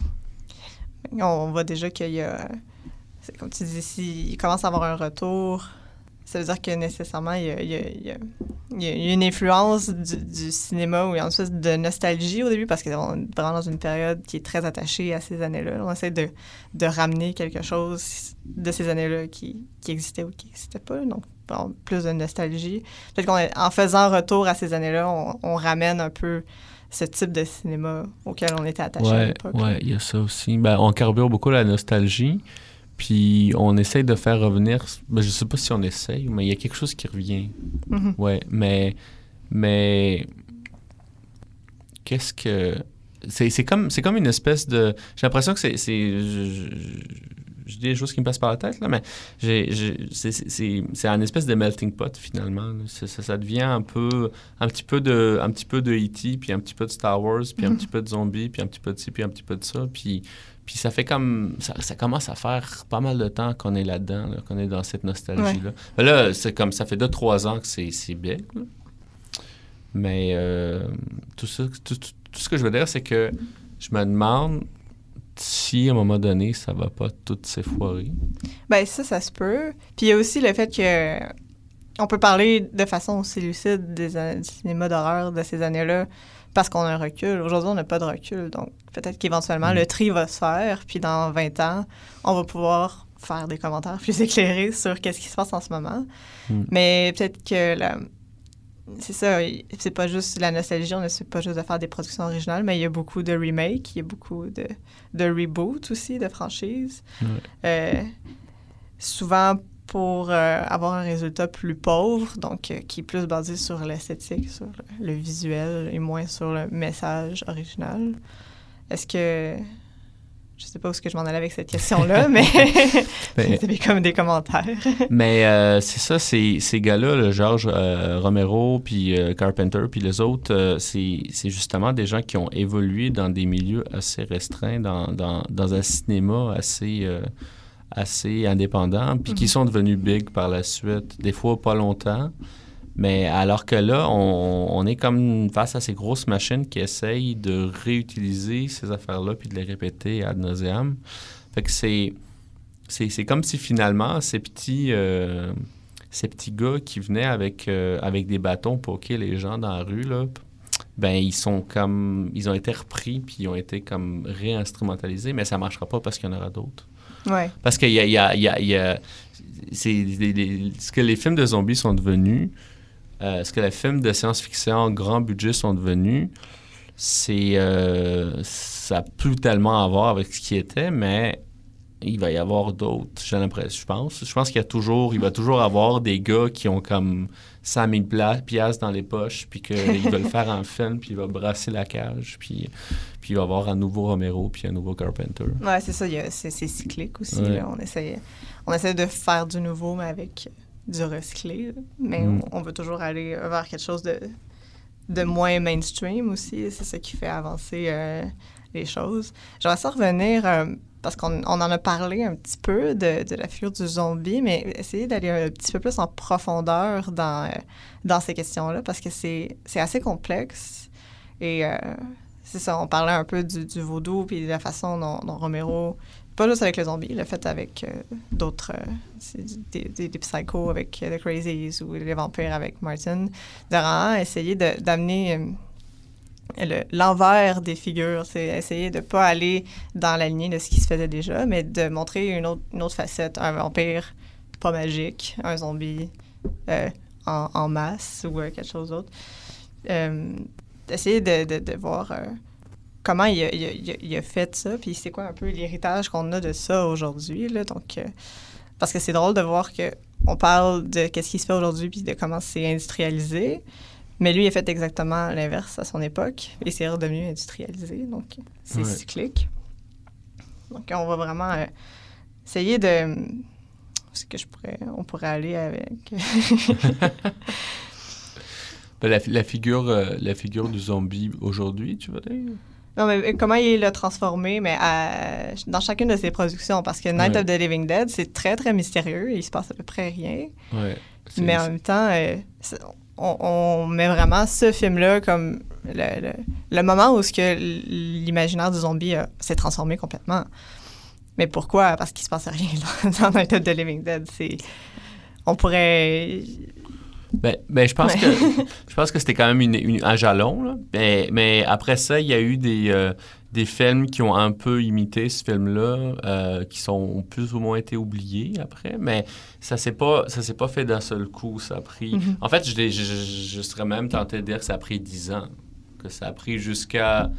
on voit déjà qu'il y a, comme tu dis, s'il commence à avoir un retour, ça veut dire que nécessairement, il y a une influence du cinéma ou une espèce de nostalgie au début, parce qu'on est vraiment dans une période qui est très attachée à ces années-là. On essaie de ramener quelque chose de ces années-là qui existait ou qui n'existait pas. Donc, bon, plus de nostalgie. Peut-être qu'en faisant retour à ces années-là, on ramène un peu ce type de cinéma auquel on était attaché à l'époque. Oui, il y a ça aussi. On carbure beaucoup la nostalgie. Puis on essaye de faire revenir... je sais pas si on essaye, mais il y a quelque chose qui revient. Mm-hmm. Ouais, mais qu'est-ce que... C'est comme une espèce de... J'ai l'impression que je dis des choses qui me passent par la tête, là, mais c'est un espèce de melting pot, finalement. Ça devient un petit peu de E.T., puis un petit peu de Star Wars, puis un petit peu de zombies, puis un petit peu de ci, puis un petit peu de ça, puis ça fait comme... Ça commence à faire pas mal de temps qu'on est là-dedans, là, qu'on est dans cette nostalgie-là. Mais là, c'est comme... Ça fait 2-3 ans que c'est big, là. Mais tout ce que je veux dire, c'est que je me demande si, à un moment donné, ça va pas tout s'effoirer. Bien, ça se peut. Puis il y a aussi le fait que on peut parler de façon aussi lucide du cinéma d'horreur de ces années-là, parce qu'on a un recul. Aujourd'hui, on n'a pas de recul. Donc, peut-être qu'éventuellement, le tri va se faire. Puis dans 20 ans, on va pouvoir faire des commentaires plus éclairés sur qu'est-ce qui se passe en ce moment. Mais peut-être que c'est ça, c'est pas juste la nostalgie, on n'essaie pas juste de faire des productions originales, mais il y a beaucoup de remakes, il y a beaucoup de reboots aussi, de franchises. Souvent pour avoir un résultat plus pauvre, donc qui est plus basé sur l'esthétique, sur le visuel et moins sur le message original. Est-ce que... Je sais pas où est-ce que je m'en allais avec cette question-là, mais c'était comme des commentaires. Mais c'est ça, ces gars-là, le George Romero, puis Carpenter, puis les autres, c'est justement des gens qui ont évolué dans des milieux assez restreints, dans un cinéma assez indépendant, puis qui sont devenus big par la suite, des fois pas longtemps. Mais alors que là, on est comme face à ces grosses machines qui essayent de réutiliser ces affaires-là puis de les répéter ad nauseam. Fait que c'est comme si finalement, ces petits gars qui venaient avec des bâtons poker les gens dans la rue, là, ben ils ont été repris puis ils ont été comme réinstrumentalisés, mais ça marchera pas parce qu'il y en aura d'autres. Ouais. Parce qu'il y a ce que les films de zombies sont devenus. Ce que les films de science-fiction grand budget sont devenus, ça n'a plus tellement à voir avec ce qui était, mais il va y avoir d'autres, j'ai l'impression, je pense. Je pense il va toujours avoir des gars qui ont comme 100 000 piastres dans les poches, puis qu'ils veulent faire un film, puis ils vont brasser la cage, puis il va y avoir un nouveau Romero, puis un nouveau Carpenter. Ouais, c'est ça, c'est cyclique aussi. Ouais. Là. On essaie de faire du nouveau, mais avec du recyclé, mais on veut toujours aller vers quelque chose de moins mainstream aussi. C'est ça qui fait avancer les choses. J'aimerais ça revenir, parce qu'on en a parlé un petit peu de la figure du zombie, mais essayer d'aller un petit peu plus en profondeur dans ces questions-là, parce que c'est assez complexe. Et c'est ça, on parlait un peu du vaudou, puis de la façon dont Romero... Pas juste avec les zombies, le fait avec d'autres, des psychos avec The Crazies ou les vampires avec Martin, de vraiment essayer d'amener l'envers des figures, c'est essayer de pas aller dans la lignée de ce qui se faisait déjà, mais de montrer une autre facette, un vampire pas magique, un zombie en masse ou quelque chose d'autre. Essayer de voir... comment il a fait ça, puis c'est quoi un peu l'héritage qu'on a de ça aujourd'hui, là, donc... parce que c'est drôle de voir qu'on parle de qu'est-ce qui se fait aujourd'hui, puis de comment c'est industrialisé, mais lui, il a fait exactement l'inverse à son époque, et c'est redevenu industrialisé, donc c'est cyclique. Donc on va vraiment essayer de... Est-ce que on pourrait aller avec... la figure du zombie aujourd'hui, tu veux dire? Non, mais comment il l'a transformé, mais dans chacune de ses productions, parce que Night of the Living Dead, c'est très, très mystérieux, il se passe à peu près rien. Ouais, mais en même temps, on met vraiment ce film-là comme le moment où l'imaginaire du zombie s'est transformé complètement. Mais pourquoi? Parce qu'il se passait rien dans Night of the Living Dead. On pourrait... je pense que c'était quand même un jalon, là. Mais après ça, il y a eu des films qui ont un peu imité ce film-là, qui ont plus ou moins été oubliés après, mais ça s'est pas fait d'un seul coup. Ça a pris... Mm-hmm. En fait, je serais même tenté de dire que ça a pris 10 ans, que ça a pris jusqu'à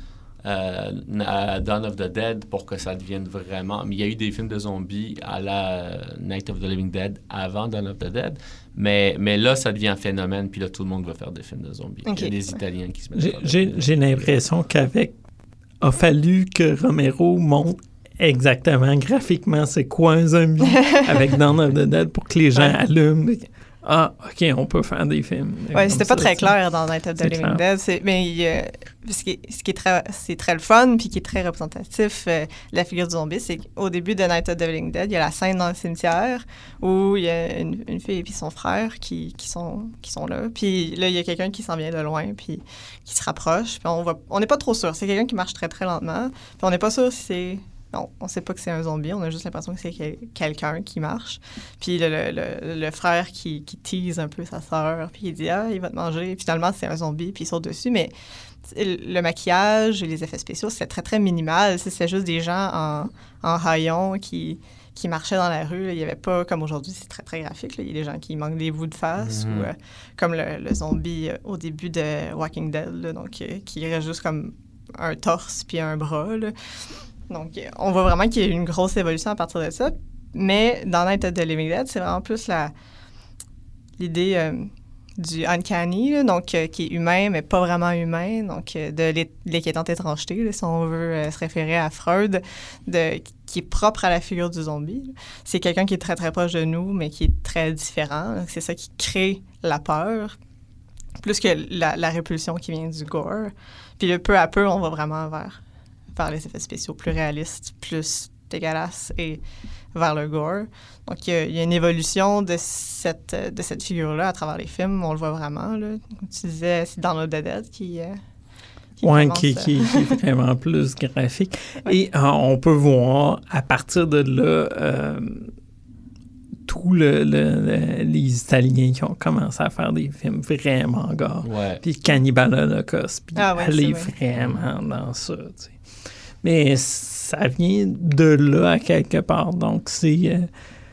Dawn of the Dead pour que ça devienne vraiment... Mais il y a eu des films de zombies à la Night of the Living Dead avant Dawn of the Dead, mais là, ça devient un phénomène, puis là, tout le monde va faire des films de zombies. Okay. Il y a des Italiens qui se mettent... J'ai l'impression a fallu que Romero montre exactement graphiquement c'est quoi un zombie avec Dawn of the Dead pour que les gens allument. Ah, OK, on peut faire des films. Oui, c'était pas très clair dans Night of the Living Dead. Mais ce qui est très le fun puis qui est très représentatif de la figure du zombie, c'est qu'au début de Night of the Living Dead, il y a la scène dans le cimetière où il y a une fille et puis son frère qui sont là. Puis là, il y a quelqu'un qui s'en vient de loin puis qui se rapproche. Puis on n'est pas trop sûr. C'est quelqu'un qui marche très, très lentement. Puis on n'est pas sûr si c'est... Non, on sait pas que c'est un zombie, on a juste l'impression que c'est quelqu'un qui marche. Puis le frère qui tease un peu sa sœur, puis il dit « Ah, il va te manger ». Finalement, c'est un zombie, puis il saute dessus. Mais le maquillage et les effets spéciaux, c'était très, très minimal. C'était juste des gens en haillons qui marchaient dans la rue. Là. Il n'y avait pas, comme aujourd'hui, c'est très, très graphique. Là. Il y a des gens qui manquent des bouts de face, ou comme le zombie au début de Walking Dead, là, donc qui reste juste comme un torse puis un bras, là. Donc, on voit vraiment qu'il y a eu une grosse évolution à partir de ça. Mais dans Night of the Living Dead, c'est vraiment plus l'idée du uncanny, là, donc qui est humain, mais pas vraiment humain. Donc, de l'inquiétante étrangeté, là, si on veut se référer à Freud, qui est propre à la figure du zombie. Là. C'est quelqu'un qui est très, très proche de nous, mais qui est très différent. Donc, c'est ça qui crée la peur, plus que la répulsion qui vient du gore. Puis, peu à peu, on va vraiment vers les effets spéciaux plus réalistes, plus dégueulasses et vers le gore. Donc, il y a une évolution de cette figure-là à travers les films. On le voit vraiment, là. Comme tu disais, c'est Dawn of the Dead qui est vraiment plus graphique. Ouais. Et on peut voir, à partir de là, tous les Italiens qui ont commencé à faire des films vraiment gore. Ouais. Puis Cannibal Holocaust, puis aller vraiment dans ça, tu sais. Mais ça vient de là à quelque part. Donc, c'est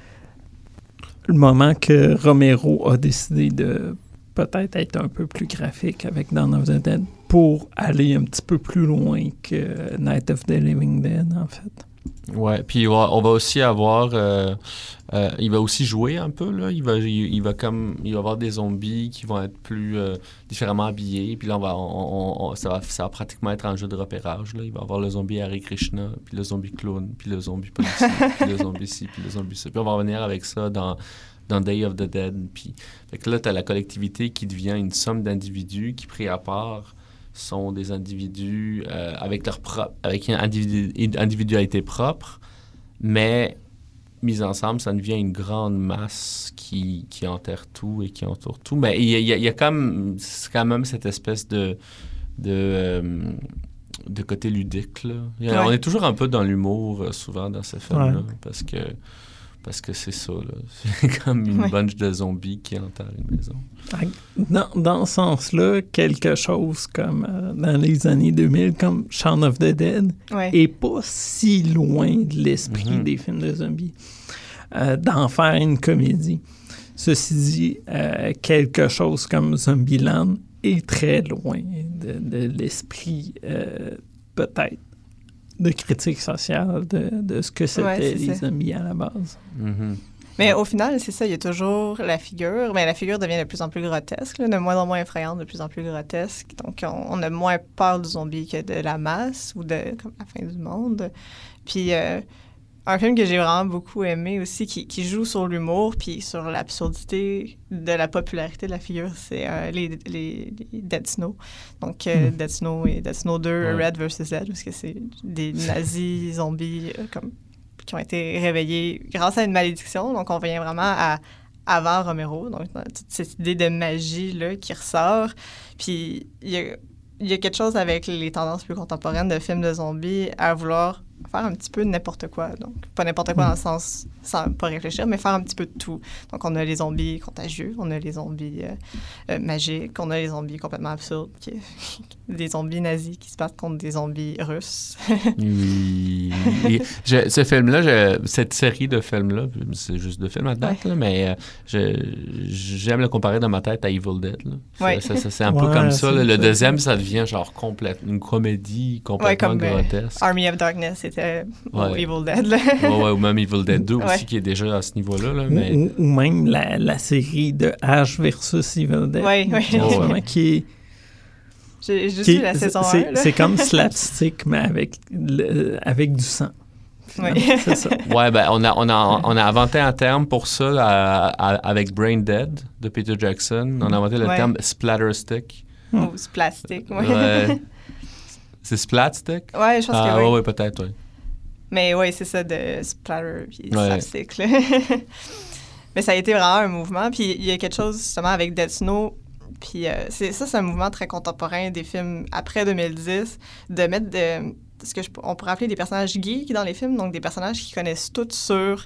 le moment que Romero a décidé de peut-être être un peu plus graphique avec Dawn of the Dead pour aller un petit peu plus loin que Night of the Living Dead, en fait. Ouais, puis on va aussi avoir... il va aussi jouer un peu, là. Il va avoir des zombies qui vont être plus différemment habillés. Puis là, ça va pratiquement être un jeu de repérage, là. Il va avoir le zombie Hare Krishna, puis le zombie clown, puis le zombie policier, puis le zombie ci, puis le zombie ça. Puis on va revenir avec ça dans Day of the Dead. Puis fait que là, tu as la collectivité qui devient une somme d'individus qui, pris à part, sont des individus avec une individualité propre, mais mis ensemble, ça devient une grande masse qui enterre tout et qui entoure tout. Mais il y a c'est quand même cette espèce de côté ludique, là. On est toujours un peu dans l'humour, souvent, dans ces films-là, parce que c'est ça, là. C'est comme une bunch de zombies qui enterrent une maison. Dans ce sens-là, quelque chose comme dans les années 2000, comme Shaun of the Dead, est pas si loin de l'esprit des films de zombies, d'en faire une comédie. Ceci dit, quelque chose comme Zombieland est très loin de l'esprit, peut-être, de critique sociale de ce que c'était les zombies à la base. Mm-hmm. Mais au final, c'est ça, il y a toujours la figure, mais la figure devient de plus en plus grotesque, là, de moins en moins effrayante, de plus en plus grotesque. Donc, on a moins peur du zombie que de la masse ou de comme la fin du monde. Puis, un film que j'ai vraiment beaucoup aimé aussi, qui joue sur l'humour puis sur l'absurdité de la popularité de la figure, c'est les Dead Snow. Donc, Dead Snow et Dead Snow 2, Red vs. Dead, parce que c'est des nazis zombies qui ont été réveillés grâce à une malédiction. Donc, on vient vraiment à avant Romero, donc toute cette idée de magie là, qui ressort. Puis il y a quelque chose avec les tendances plus contemporaines de films de zombies à vouloir faire un petit peu n'importe quoi. Donc, pas n'importe quoi dans le sens sans pas réfléchir, mais faire un petit peu de tout. Donc, on a les zombies contagieux, on a les zombies magiques, on a les zombies complètement absurdes, des zombies nazis qui se battent contre des zombies russes. Oui. Ce film-là, cette série de films-là, c'est juste deux films à date, là, mais j'aime le comparer dans ma tête à Evil Dead. Là. Ouais. C'est un peu comme ça. Là. Le deuxième, ça devient genre une comédie complètement grotesque. Army of Darkness, c'était Evil Dead. Là. Ou même Evil Dead 2 aussi, qui est déjà à ce niveau-là. Là, mais... ou même la série de Ash versus Evil Dead. Oui. Qui est... J'ai juste vu la saison 1. C'est comme slapstick, mais avec du sang. Oui. C'est ça. Ouais, ben on a inventé un terme pour ça avec Brain Dead de Peter Jackson. On a inventé le terme splatterstick. Ou splatstick, oui. Ouais. C'est splatstick? Ouais, je pense que oui. Oui, peut-être, oui. Mais oui, c'est ça, de splatter puis slapstick. Là. Mais ça a été vraiment un mouvement. Puis il y a quelque chose, justement, avec Death Snow. Puis c'est un mouvement très contemporain des films après 2010, de mettre on pourrait appeler des personnages geeks dans les films, donc des personnages qui connaissent tout sur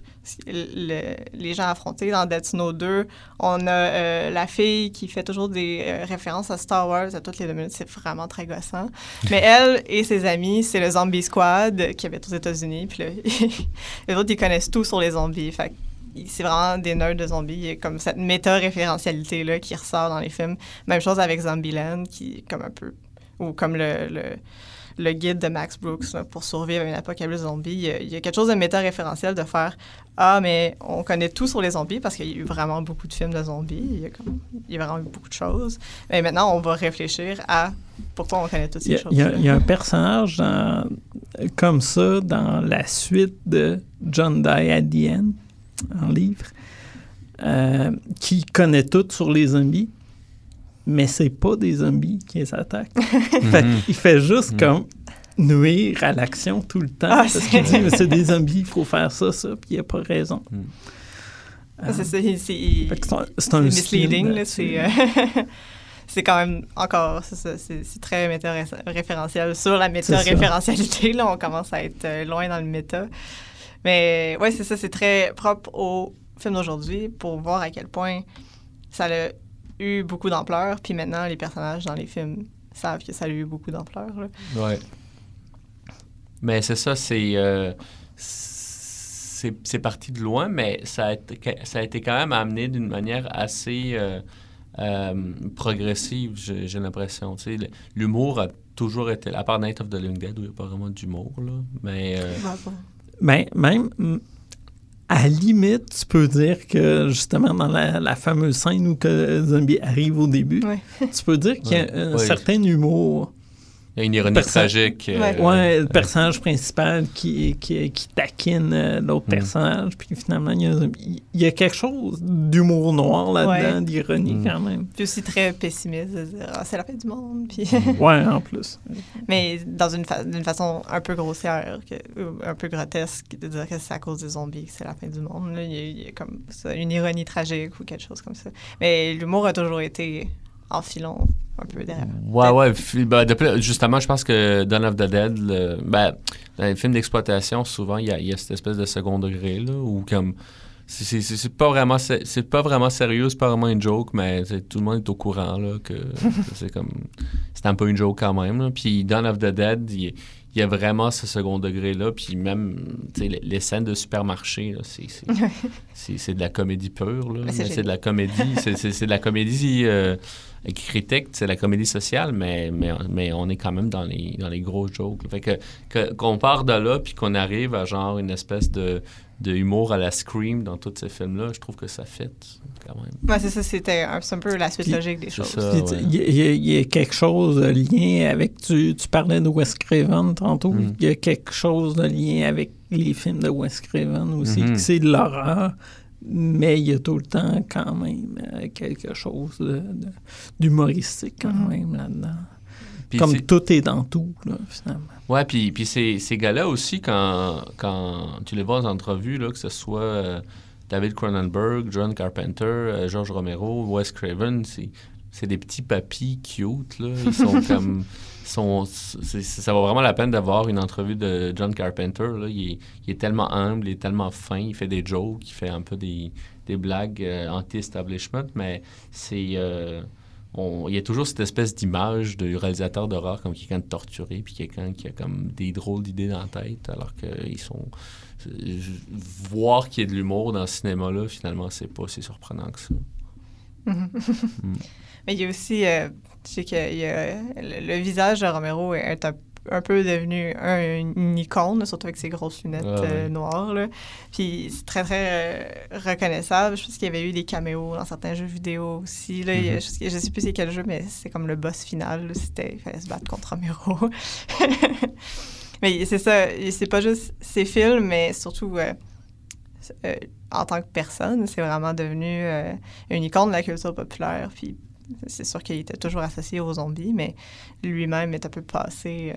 les gens affrontés. Dans Death Snow 2, on a la fille qui fait toujours des références à Star Wars à toutes les 2 minutes. C'est vraiment très gossant. Mais elle et ses amis, c'est le Zombie Squad qui habite aux États-Unis. Puis là, les autres, ils connaissent tout sur les zombies. Fait c'est vraiment des nerds de zombies. Il y a comme cette méta-référentialité-là qui ressort dans les films. Même chose avec Zombieland, qui est comme un peu... Ou comme le guide de Max Brooks là, pour survivre à une apocalypse zombie. Il y a quelque chose de méta-référentiel de faire « Ah, mais on connaît tout sur les zombies » parce qu'il y a eu vraiment beaucoup de films de zombies. Il y a vraiment eu beaucoup de choses. Mais maintenant, on va réfléchir à pourquoi on connaît toutes ces choses. Il y a un personnage comme ça dans la suite de John Die at the End, en livre, qui connaît tout sur les zombies, mais c'est pas des zombies qui les attaquent. Il fait juste comme nuire à l'action tout le temps, parce qu'il dit c'est des zombies, il faut faire ça, puis il a pas raison. C'est ça, c'est un misleading, là, c'est quand même encore, c'est très méta-référentiel sur la méta-référentialité. Là, on commence à être loin dans le méta. Mais oui, c'est ça, c'est très propre au film d'aujourd'hui pour voir à quel point ça a eu beaucoup d'ampleur. Puis maintenant, les personnages dans les films savent que ça a eu beaucoup d'ampleur. Oui. Mais c'est ça, c'est parti de loin, mais ça a été quand même amené d'une manière assez progressive, j'ai l'impression. Tu sais, l'humour a toujours été... À part Night of the Living Dead, où il n'y a pas vraiment d'humour, là, mais... Ben, même, à la limite, tu peux dire que, justement, dans la fameuse scène où que Zombie arrive au début, tu peux dire qu'il y a un certain humour. Il y a une ironie tragique. Le personnage principal qui taquine l'autre personnage, puis finalement, il y a quelque chose d'humour noir là-dedans, d'ironie quand même. Puis aussi très pessimiste, de dire « c'est la fin du monde », puis... en plus. Mais dans d'une façon un peu grossière, un peu grotesque, de dire que c'est à cause des zombies que c'est la fin du monde. Là, il y a comme ça, une ironie tragique ou quelque chose comme ça. Mais l'humour a toujours été en filon un peu derrière. Justement, je pense que Dawn of the Dead, dans les films d'exploitation, souvent, il y a cette espèce de second degré, là, où comme... C'est pas vraiment sérieux, c'est pas vraiment une joke, mais tout le monde est au courant là, que c'est un peu une joke quand même. Là. Puis Dawn of the Dead, il y a vraiment ce second degré-là. Puis même les scènes de supermarché, là, c'est de la comédie pure. Là. C'est de la comédie. C'est de la comédie critique, c'est de la comédie sociale, mais on est quand même dans les gros jokes. Là. Fait qu'on part de là, puis qu'on arrive à genre une espèce de humour à la Scream dans tous ces films-là, je trouve que ça fit quand même. Ouais, c'est ça, c'est un peu la suite logique des choses. Il y a quelque chose de lien avec... Tu parlais de Wes Craven tantôt. Il y a quelque chose de lien avec les films de Wes Craven aussi. C'est de l'horreur, mais il y a tout le temps quand même quelque chose d'humoristique quand même là-dedans. Puis comme tout est dans tout, là, finalement. Ouais, puis ces gars-là aussi, quand tu les vois en entrevue, là, que ce soit David Cronenberg, John Carpenter, George Romero, Wes Craven, c'est des petits papis cute, là. Ils sont comme... ça vaut vraiment la peine d'avoir une entrevue de John Carpenter, là. Il est tellement humble, il est tellement fin, il fait des jokes, il fait un peu des blagues anti-establishment, mais c'est... il y a toujours cette espèce d'image de réalisateur d'horreur comme quelqu'un de torturé, puis quelqu'un qui a comme des drôles d'idées dans la tête, alors qu'ils sont... Voir qu'il y a de l'humour dans ce cinéma-là, finalement, c'est pas si surprenant que ça. Mais il y a aussi... je sais que le visage de Romero est un peu devenu une icône, surtout avec ses grosses lunettes noires, là. Puis c'est très, très reconnaissable. Je pense qu'il y avait eu des caméos dans certains jeux vidéo aussi. Là. Je sais plus c'est quel jeu, mais c'est comme le boss final. Là. Il fallait se battre contre Romero. Mais c'est ça. C'est pas juste ses films, mais surtout... en tant que personne, c'est vraiment devenu une icône de la culture populaire. Puis c'est sûr qu'il était toujours associé aux zombies, mais lui-même est un peu passé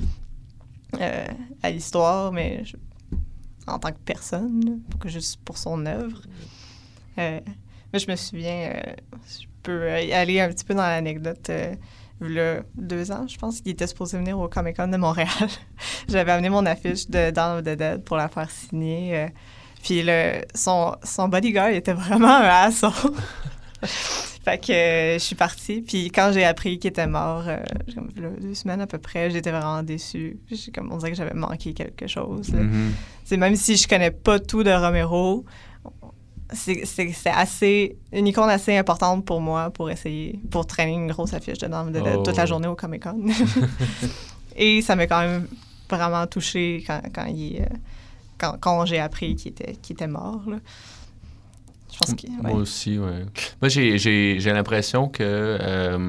à l'histoire, mais en tant que personne, pas juste pour son œuvre. Mais je me souviens, je peux aller un petit peu dans l'anecdote. Il y a 2 ans, je pense, qu'il était supposé venir au Comic-Con de Montréal. J'avais amené mon affiche de Dawn of the Dead pour la faire signer. Puis son bodyguard était vraiment un asshole. Fait que je suis partie. Puis quand j'ai appris qu'il était mort, 2 semaines à peu près, j'étais vraiment déçue. On dirait que j'avais manqué quelque chose. C'est même si je connais pas tout de Romero, c'est une icône assez importante pour moi pour traîner une grosse affiche de Dawn of the Dead toute la journée au Comic-Con. Et ça m'a quand même vraiment touchée quand j'ai appris qu'il était mort, là. Je pense Moi aussi, oui. Moi, j'ai l'impression que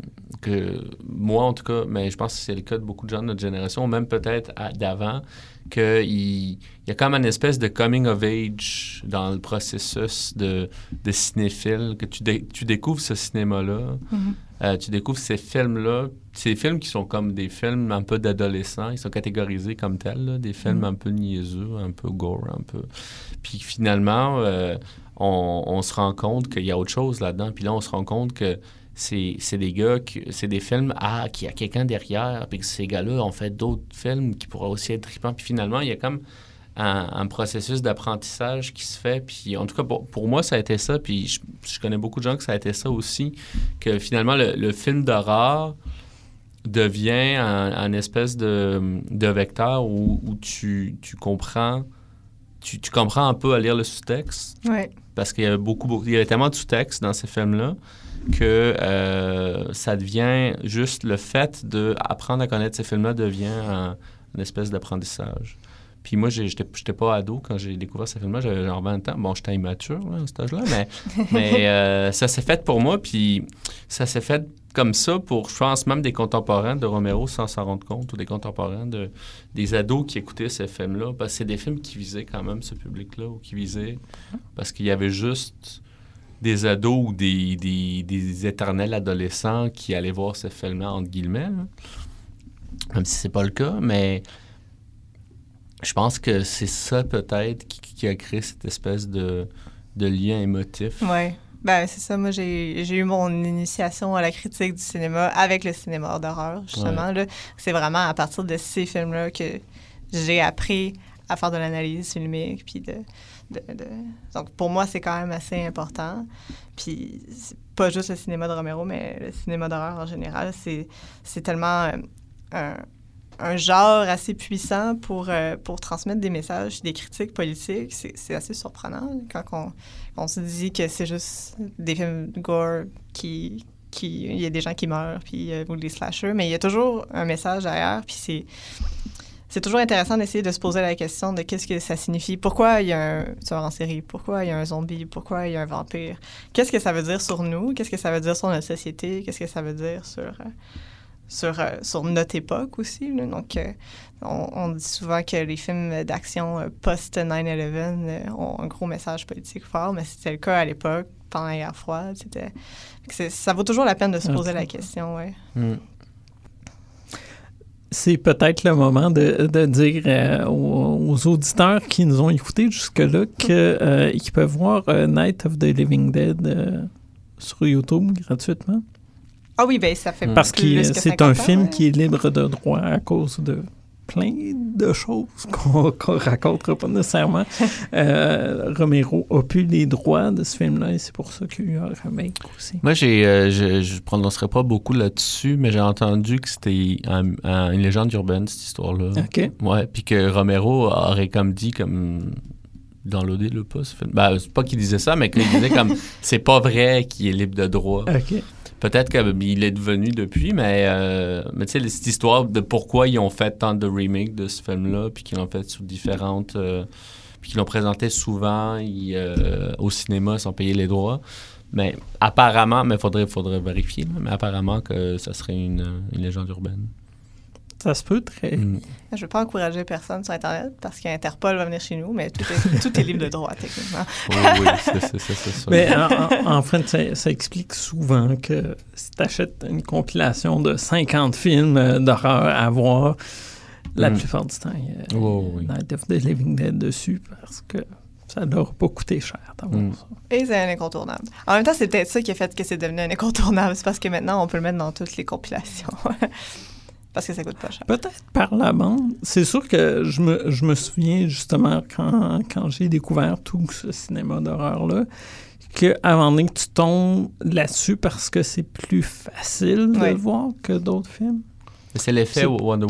moi, en tout cas, mais je pense que c'est le cas de beaucoup de gens de notre génération, même peut-être d'avant, qu'il y a comme une espèce de coming of age dans le processus de cinéphile, que tu découvres ce cinéma-là, tu découvres ces films-là, ces films qui sont comme des films un peu d'adolescents, ils sont catégorisés comme tels, là, des films un peu niaiseux, un peu gore, un peu... Puis finalement, on se rend compte qu'il y a autre chose là-dedans, puis là, on se rend compte que c'est des gars, c'est des films qu'il y a quelqu'un derrière, puis que ces gars-là ont fait d'autres films qui pourraient aussi être trippants. Puis finalement, il y a comme un processus d'apprentissage qui se fait. Puis en tout cas, pour moi, ça a été ça. Puis je connais beaucoup de gens que ça a été ça aussi, que finalement, le film d'horreur devient un espèce de vecteur où tu comprends... Tu comprends un peu à lire le sous-texte. Ouais. Parce qu'il y avait tellement de sous-texte dans ces films-là que ça devient juste le fait d'apprendre à connaître ces films-là devient une espèce d'apprentissage. Puis moi, j'étais pas ado quand j'ai découvert ces films-là. J'avais genre 20 ans. Bon, j'étais immature là, à cet âge-là, mais ça s'est fait pour moi. Puis ça s'est fait comme ça pour, je pense, même des contemporains de Romero sans s'en rendre compte, ou des contemporains des ados qui écoutaient ces films-là. Parce que c'est des films qui visaient quand même ce public-là, ou qui visaient... Parce qu'il y avait juste des ados ou des éternels adolescents qui allaient voir ces films-là, entre guillemets, là. Même si c'est pas le cas, mais... Je pense que c'est ça, peut-être, qui a créé cette espèce de lien émotif. Oui. Ben c'est ça. Moi, j'ai eu mon initiation à la critique du cinéma avec le cinéma d'horreur, justement. Ouais. Là. C'est vraiment à partir de ces films-là que j'ai appris à faire de l'analyse filmique. Puis Donc, pour moi, c'est quand même assez important. Puis, c'est pas juste le cinéma de Romero, mais le cinéma d'horreur en général. C'est tellement un genre assez puissant pour transmettre des messages, des critiques politiques. C'est assez surprenant quand on se dit que c'est juste des films gore il y a des gens qui meurent, puis ou des slashers, mais il y a toujours un message derrière, puis c'est toujours intéressant d'essayer de se poser la question de qu'est-ce que ça signifie. Pourquoi il y a un tueur en série? Pourquoi il y a un zombie? Pourquoi il y a un vampire? Qu'est-ce que ça veut dire sur nous? Qu'est-ce que ça veut dire sur notre société? Qu'est-ce que ça veut dire sur notre époque aussi, là. Donc, on dit souvent que les films d'action post-9/11 ont un gros message politique fort, mais c'était le cas à l'époque, pendant la guerre froide. Ça vaut toujours la peine de se poser la question, ouais. c'est peut-être le moment de dire aux auditeurs qui nous ont écoutés jusque-là qu'ils peuvent voir Night of the Living Dead sur YouTube gratuitement. Ah oui, ben ça fait parce que c'est un film qui est libre de droit à cause de plein de choses qu'on racontera pas nécessairement. Romero a plus les droits de ce film-là et c'est pour ça qu'il y a eu un remake aussi. Moi, je prononcerai pas beaucoup là-dessus, mais j'ai entendu que c'était une légende urbaine, cette histoire-là. OK. Ouais, puis que Romero aurait comme dit, downloadé le pas, ce film. Ben, c'est pas qu'il disait ça, mais qu'il disait comme c'est pas vrai qu'il est libre de droit. OK. Peut-être qu'il est devenu depuis, mais tu sais, cette histoire de pourquoi ils ont fait tant de remakes de ce film-là, puis qu'ils l'ont fait sous différentes... puis qu'ils l'ont présenté souvent au cinéma sans payer les droits. Mais apparemment, mais faudrait vérifier, mais apparemment que ça serait une légende urbaine. Ça se peut très... Je ne veux pas encourager personne sur Internet parce qu'Interpol va venir chez nous, mais tout est libre de droit, techniquement. Oui, c'est ça. Mais en fait, ça explique souvent que si tu achètes une compilation de 50 films d'horreur à voir, la plupart du temps, il y a Night of the Living Dead dessus parce que ça leur a pas coûté cher d'avoir ça. Et c'est un incontournable. En même temps, c'est peut-être ça qui a fait que c'est devenu un incontournable. C'est parce que maintenant, on peut le mettre dans toutes les compilations. Parce que ça coûte pas cher. Peut-être par la bande. C'est sûr que je me souviens justement quand j'ai découvert tout ce cinéma d'horreur-là, qu'à un moment donné, tu tombes là-dessus parce que c'est plus facile de le voir que d'autres films. C'est l'effet Wonder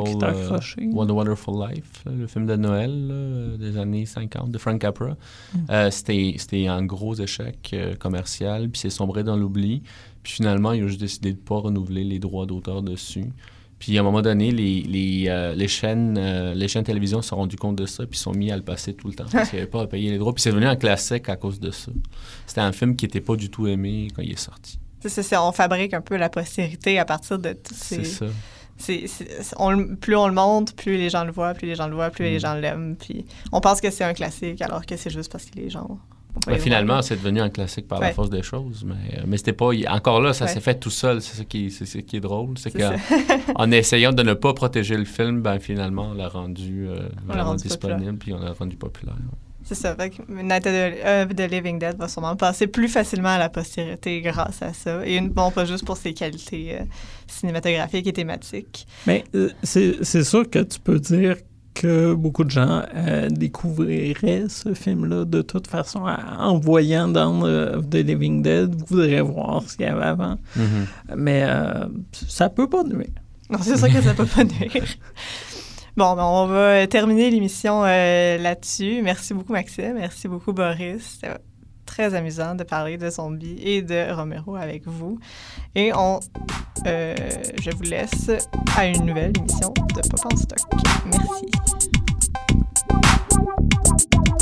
Wonderful Life, le film de Noël des années 50 de Frank Capra. C'était un gros échec commercial, puis c'est sombré dans l'oubli. Puis finalement, ils ont juste décidé de ne pas renouveler les droits d'auteur dessus. Puis à un moment donné, les chaînes télévision se sont rendues compte de ça, puis sont mis à le passer tout le temps parce qu'ils n'avaient pas à payer les droits. Puis c'est devenu un classique à cause de ça. C'était un film qui n'était pas du tout aimé quand il est sorti. On fabrique un peu la postérité à partir de tous ces... C'est ça. Plus on le montre, plus les gens le voient, plus les gens l'aiment. Puis on pense que c'est un classique, alors que c'est juste parce que les gens... finalement, c'est devenu un classique par la force des choses. Mais c'était pas... Encore là, ça s'est fait tout seul. C'est ça qui est drôle. C'est qu'en essayant de ne pas protéger le film, finalement, on l'a rendu vraiment disponible puis on l'a rendu populaire. C'est ça. Night of the Living Dead va sûrement passer plus facilement à la postérité grâce à ça. Et pas juste pour ses qualités cinématographiques et thématiques. Mais c'est sûr que tu peux dire que beaucoup de gens découvriraient ce film-là de toute façon en voyant Dawn of the Living Dead. Vous voudrez voir ce qu'il y avait avant. Mm-hmm. Mais ça peut pas nuire. Non, c'est sûr que ça peut pas nuire. Bon, on va terminer l'émission là-dessus. Merci beaucoup, Maxime. Merci beaucoup, Boris. C'était très amusant de parler de zombies et de Romero avec vous. Et je vous laisse à une nouvelle émission de Pop en Stock. Merci.